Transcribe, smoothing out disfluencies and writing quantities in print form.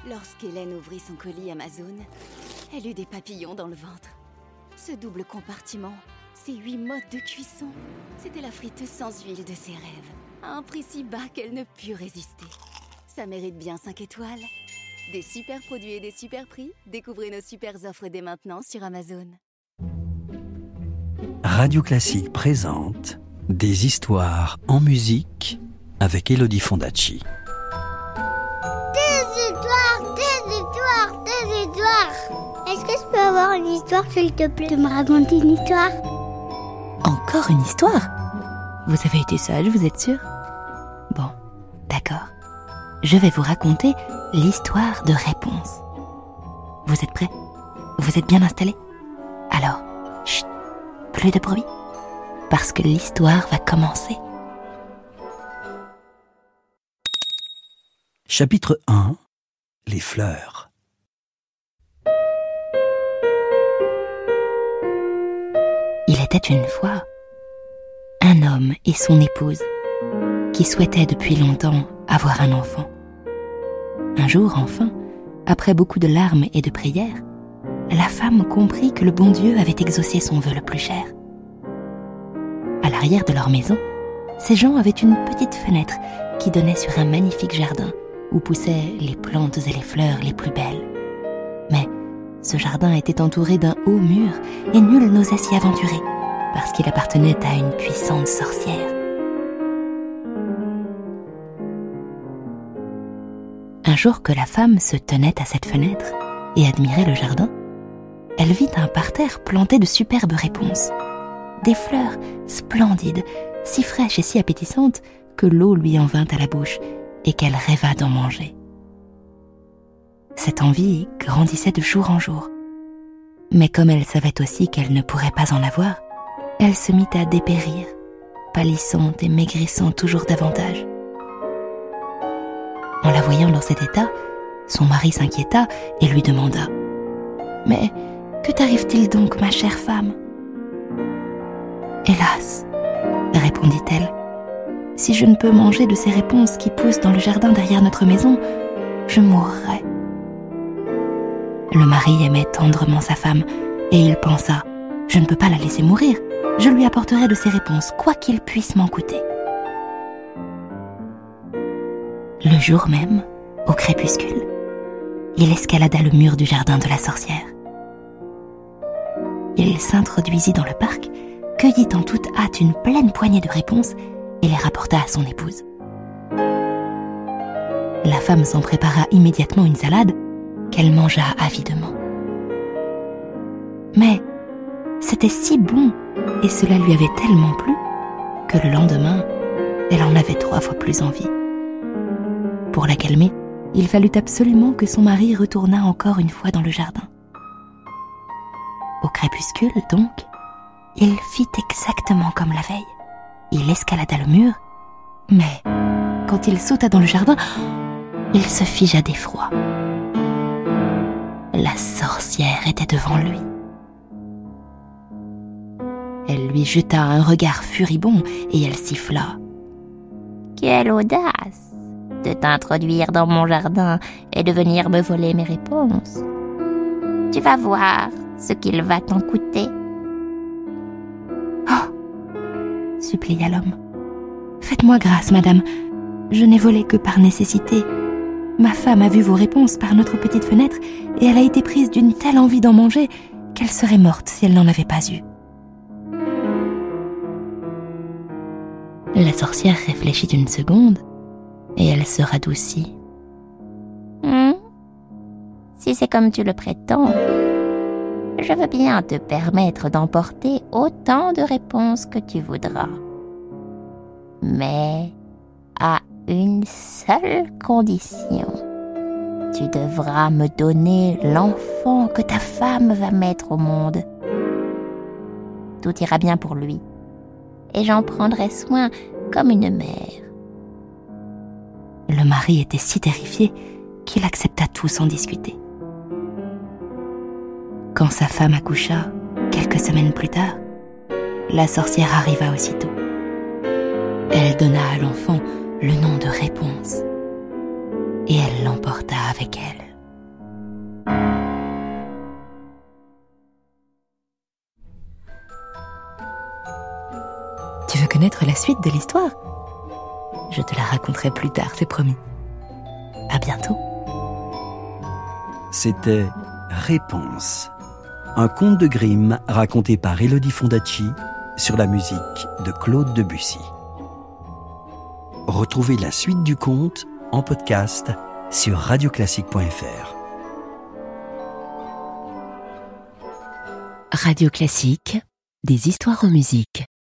Lorsqu'Hélène ouvrit son colis Amazon, elle eut des papillons dans le ventre. Ce double compartiment, ces 8 modes de cuisson, c'était la friteuse sans huile de ses rêves, à un prix si bas qu'elle ne put résister. Ça mérite bien 5 étoiles. Des super produits et des super prix, découvrez nos super offres dès maintenant sur Amazon. Radio Classique présente Des histoires en musique avec Elodie Fondacci. Des histoires. Est-ce que je peux avoir une histoire, s'il te plaît, de me raconter une histoire? Encore une histoire? Vous avez été sage, vous êtes sûr? Bon, d'accord. Je vais vous raconter l'histoire de Réponse. Vous êtes prêts? Vous êtes bien installés? Alors, chut, plus de bruit, parce que l'histoire va commencer. Chapitre 1. Les fleurs. Il était une fois un homme et son épouse qui souhaitaient depuis longtemps avoir un enfant. Un jour, enfin, après beaucoup de larmes et de prières, la femme comprit que le bon Dieu avait exaucé son vœu le plus cher. À l'arrière de leur maison, ces gens avaient une petite fenêtre qui donnait sur un magnifique jardin où poussaient les plantes et les fleurs les plus belles. Mais ce jardin était entouré d'un haut mur et nul n'osait s'y aventurer, parce qu'il appartenait à une puissante sorcière. Un jour que la femme se tenait à cette fenêtre et admirait le jardin, elle vit un parterre planté de superbes réponses. Des fleurs splendides, si fraîches et si appétissantes que l'eau lui en vint à la bouche et qu'elle rêva d'en manger. Cette envie grandissait de jour en jour. Mais comme elle savait aussi qu'elle ne pourrait pas en avoir, elle se mit à dépérir, pâlissant et maigrissant toujours davantage. En la voyant dans cet état, son mari s'inquiéta et lui demanda « Mais que t'arrive-t-il donc, ma chère femme ?»« Hélas, répondit-elle, si je ne peux manger de ces réponses qui poussent dans le jardin derrière notre maison, je mourrai. » Le mari aimait tendrement sa femme et il pensa « Je ne peux pas la laisser mourir, je lui apporterai de ces réponses, quoi qu'il puisse m'en coûter. » Le jour même, au crépuscule, il escalada le mur du jardin de la sorcière. Il s'introduisit dans le parc, cueillit en toute hâte une pleine poignée de réponses et les rapporta à son épouse. La femme s'en prépara immédiatement une salade qu'elle mangea avidement. Mais c'était si bon et cela lui avait tellement plu que le lendemain, elle en avait 3 fois plus envie. Pour la calmer, il fallut absolument que son mari retournât encore une fois dans le jardin. Au crépuscule, donc, il fit exactement comme la veille. Il escalada le mur, mais quand il sauta dans le jardin, il se figea d'effroi. La sorcière était devant lui. Elle lui jeta un regard furibond et elle siffla. « Quelle audace de t'introduire dans mon jardin et de venir me voler mes réponses. Tu vas voir ce qu'il va t'en coûter. » « Oh !» supplia l'homme. « Faites-moi grâce, madame. Je n'ai volé que par nécessité. Ma femme a vu vos réponses par notre petite fenêtre et elle a été prise d'une telle envie d'en manger qu'elle serait morte si elle n'en avait pas eu. » La sorcière réfléchit une seconde et elle se radoucit. « Si c'est comme tu le prétends, je veux bien te permettre d'emporter autant de réponses que tu voudras. Mais à une seule condition. Tu devras me donner l'enfant que ta femme va mettre au monde. Tout ira bien pour lui, et j'en prendrai soin comme une mère. » Le mari était si terrifié qu'il accepta tout sans discuter. Quand sa femme accoucha, quelques semaines plus tard, la sorcière arriva aussitôt. Elle donna à l'enfant le nom de Réponse, et elle l'emporta avec elle. connaître la suite de l'histoire. Je te la raconterai plus tard, c'est promis. À bientôt. C'était Réponse, un conte de Grimm raconté par Elodie Fondacci sur la musique de Claude Debussy. Retrouvez la suite du conte en podcast sur radioclassique.fr. Radio Classique, des histoires en musique.